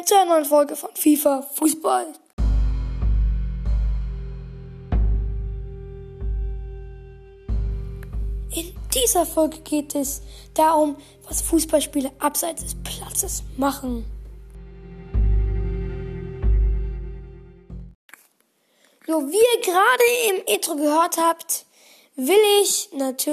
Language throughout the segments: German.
zu einer neuen Folge von FIFA Fußball. In dieser Folge geht es darum, was Fußballspieler abseits des Platzes machen. So, wie ihr gerade im Intro gehört habt, will ich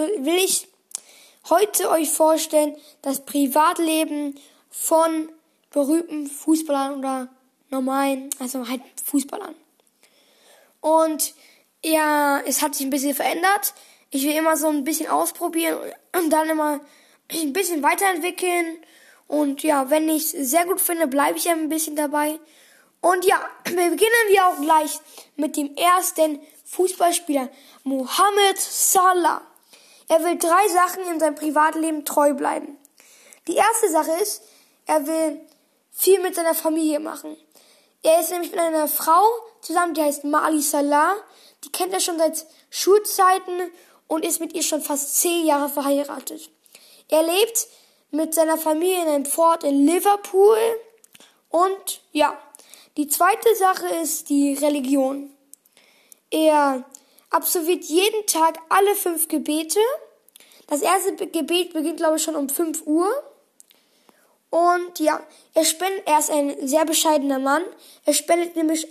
heute euch vorstellen, das Privatleben von berühmten Fußballern oder normalen, also halt Fußballern. Und ja, es hat sich ein bisschen verändert. Ich will immer so ein bisschen ausprobieren und dann immer ein bisschen weiterentwickeln. Und ja, wenn ich es sehr gut finde, bleibe ich ein bisschen dabei. Und ja, wir beginnen auch gleich mit dem ersten Fußballspieler, Mohamed Salah. Er will 3 Sachen in seinem Privatleben treu bleiben. Die erste Sache ist, er will viel mit seiner Familie machen. Er ist nämlich mit einer Frau zusammen, die heißt Mali Salah. Die kennt er schon seit Schulzeiten und ist mit ihr schon fast 10 Jahre verheiratet. Er lebt mit seiner Familie in einem Fort in Liverpool. Und ja, die zweite Sache ist die Religion. Er absolviert jeden Tag alle 5 Gebete. Das erste Gebet beginnt, glaube ich, schon um 5 Uhr. Und ja, er ist ein sehr bescheidener Mann. Er spendet nämlich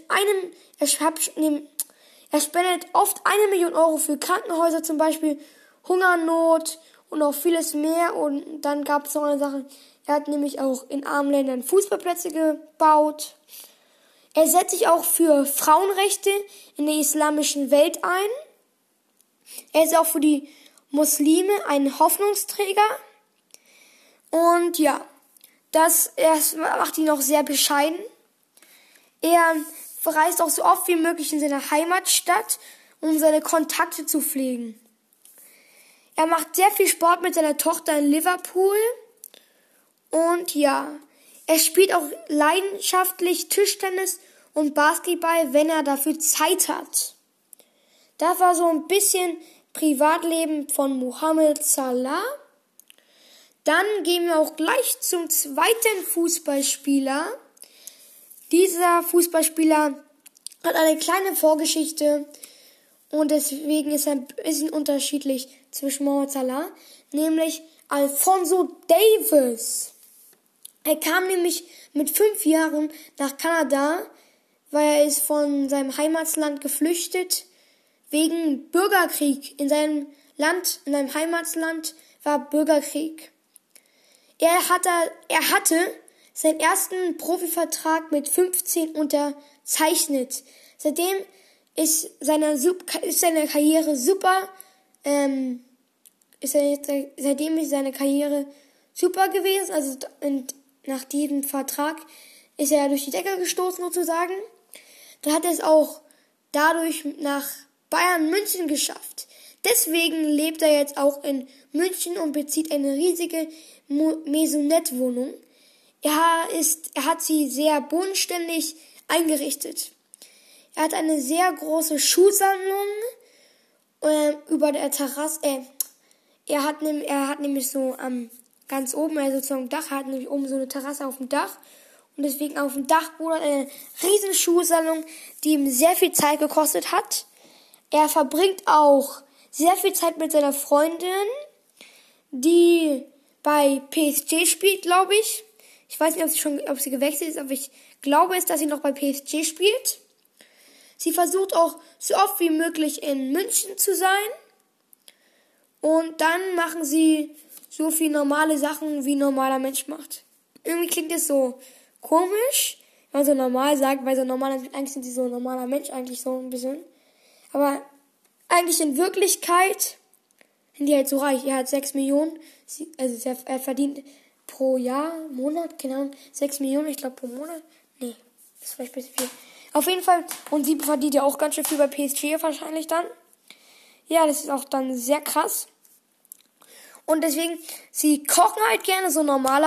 er spendet oft 1 Million Euro für Krankenhäuser, zum Beispiel Hungernot und auch vieles mehr. Und dann gab es noch eine Sache, er hat nämlich auch in armen Ländern Fußballplätze gebaut. Er setzt sich auch für Frauenrechte in der islamischen Welt ein. Er ist auch für die Muslime ein Hoffnungsträger. Und ja, das macht ihn auch sehr bescheiden. Er reist auch so oft wie möglich in seine Heimatstadt, um seine Kontakte zu pflegen. Er macht sehr viel Sport mit seiner Tochter in Liverpool. Und ja, er spielt auch leidenschaftlich Tischtennis und Basketball, wenn er dafür Zeit hat. Das war so ein bisschen Privatleben von Mohamed Salah. Dann gehen wir auch gleich zum zweiten Fußballspieler. Dieser Fußballspieler hat eine kleine Vorgeschichte und deswegen ist er ein bisschen unterschiedlich zwischen Mohamed Salah, nämlich Alphonso Davies. Er kam nämlich mit 5 Jahren nach Kanada, weil er ist von seinem Heimatland geflüchtet wegen Bürgerkrieg. In seinem Heimatland war Bürgerkrieg. Er hatte seinen ersten Profivertrag mit 15 unterzeichnet. Seitdem ist seine Karriere super gewesen. Also nach diesem Vertrag ist er durch die Decke gestoßen sozusagen. Dann hat er es auch dadurch nach Bayern München geschafft. Deswegen lebt er jetzt auch in München und bezieht eine riesige Maisonette-Wohnung. Er hat sie sehr bodenständig eingerichtet. Er hat eine sehr große Schuhsammlung über der Terrasse. Er hat nämlich so ganz oben, also zum Dach, hat nämlich oben so eine Terrasse auf dem Dach. Und deswegen auf dem Dachboden eine riesen Schuhsammlung, die ihm sehr viel Zeit gekostet hat. Er verbringt auch sehr viel Zeit mit seiner Freundin, die bei PSG spielt, glaube ich. Ich weiß nicht, ob sie gewechselt ist, aber ich glaube dass sie noch bei PSG spielt. Sie versucht auch so oft wie möglich in München zu sein. Und dann machen sie so viel normale Sachen, wie ein normaler Mensch macht. Irgendwie klingt es so komisch, wenn man so normal sagt, weil eigentlich sind sie so ein normaler Mensch, eigentlich so ein bisschen. Aber eigentlich in Wirklichkeit sind die halt so reich. Er hat 6 Millionen, er verdient pro Monat, keine Ahnung, 6 Millionen, ich glaube pro Monat. Nee, das ist vielleicht ein bisschen viel. Auf jeden Fall, und sie verdient ja auch ganz schön viel bei PSG wahrscheinlich dann. Ja, das ist auch dann sehr krass. Und deswegen, sie kochen halt gerne so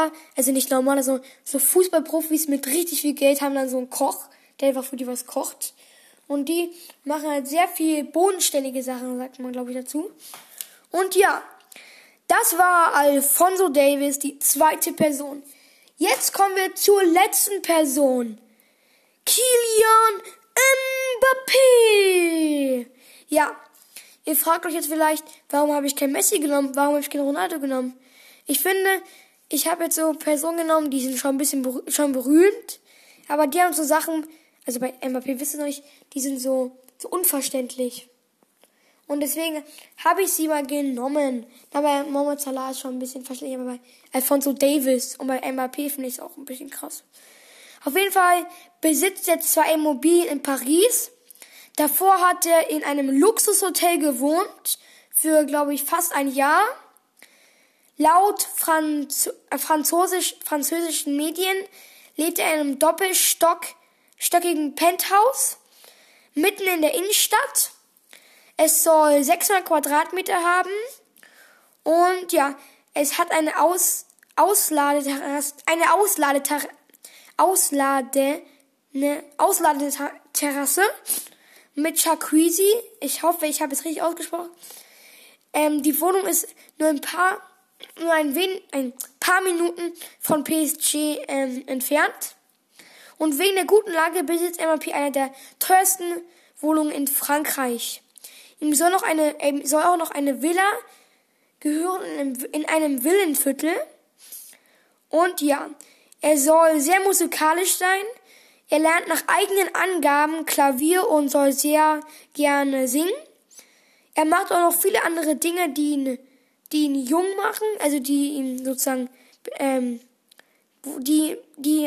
so Fußballprofis mit richtig viel Geld haben dann so einen Koch, der einfach für die was kocht. Und die machen halt sehr viel bodenständige Sachen, sagt man, glaube ich, dazu. Und ja, das war Alphonso Davies, die zweite Person. Jetzt kommen wir zur letzten Person. Kylian Mbappé. Ja, ihr fragt euch jetzt vielleicht, warum habe ich kein Messi genommen? Warum habe ich kein Ronaldo genommen? Ich finde, ich habe jetzt so Personen genommen, die sind schon ein bisschen schon berühmt. Aber die haben so Sachen, also bei Mbappé wisst ihr noch nicht, die sind so unverständlich. Und deswegen habe ich sie mal genommen. Aber Mohamed Salah ist schon ein bisschen verständlich, aber bei Alphonso Davies und bei Mbappé finde ich es auch ein bisschen krass. Auf jeden Fall besitzt er 2 Immobilien in Paris. Davor hat er in einem Luxushotel gewohnt, für, glaube ich, fast ein Jahr. Laut französischen Medien lebt er in einem doppelstöckigen Penthouse mitten in der Innenstadt. Es soll 600 Quadratmeter haben und ja, es hat eine Ausladeterasse mit Jacuzzi. Ich hoffe, ich habe es richtig ausgesprochen. Die Wohnung ist nur ein paar Minuten von PSG entfernt. Und wegen der guten Lage besitzt Mbappé eine der teuersten Wohnungen in Frankreich. Ihm soll auch noch eine Villa gehören in einem Villenviertel. Und ja, er soll sehr musikalisch sein. Er lernt nach eigenen Angaben Klavier und soll sehr gerne singen. Er macht auch noch viele andere Dinge, die ihn jung machen, also die ihm sozusagen, die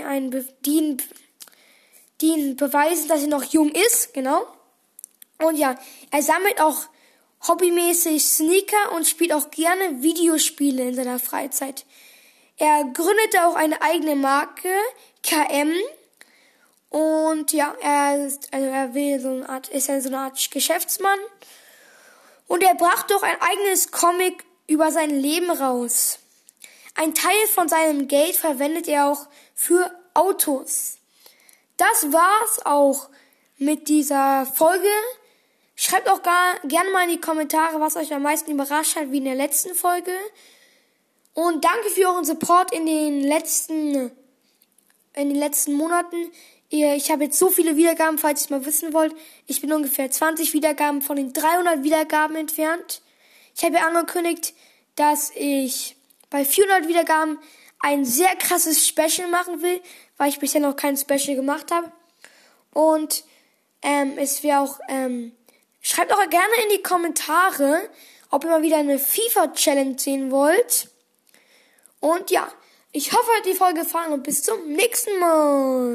ihn beweisen, dass er noch jung ist, genau. Und ja, er sammelt auch hobbymäßig Sneaker und spielt auch gerne Videospiele in seiner Freizeit. Er gründete auch eine eigene Marke, KM. Und ja, ist so eine Art Geschäftsmann. Und er brachte auch ein eigenes Comic über sein Leben raus. Ein Teil von seinem Geld verwendet er auch für Autos. Das war's auch mit dieser Folge. Schreibt auch gerne mal in die Kommentare, was euch am meisten überrascht hat, wie in der letzten Folge. Und danke für euren Support in den letzten Monaten. Ich habe jetzt so viele Wiedergaben, falls ihr es mal wissen wollt. Ich bin ungefähr 20 Wiedergaben von den 300 Wiedergaben entfernt. Ich habe ja angekündigt, dass ich bei 400 Wiedergaben ein sehr krasses Special machen will, weil ich bisher noch kein Special gemacht habe. Und es wäre auch... schreibt auch gerne in die Kommentare, ob ihr mal wieder eine FIFA-Challenge sehen wollt. Und ja, ich hoffe, euch hat die Folge gefallen und bis zum nächsten Mal.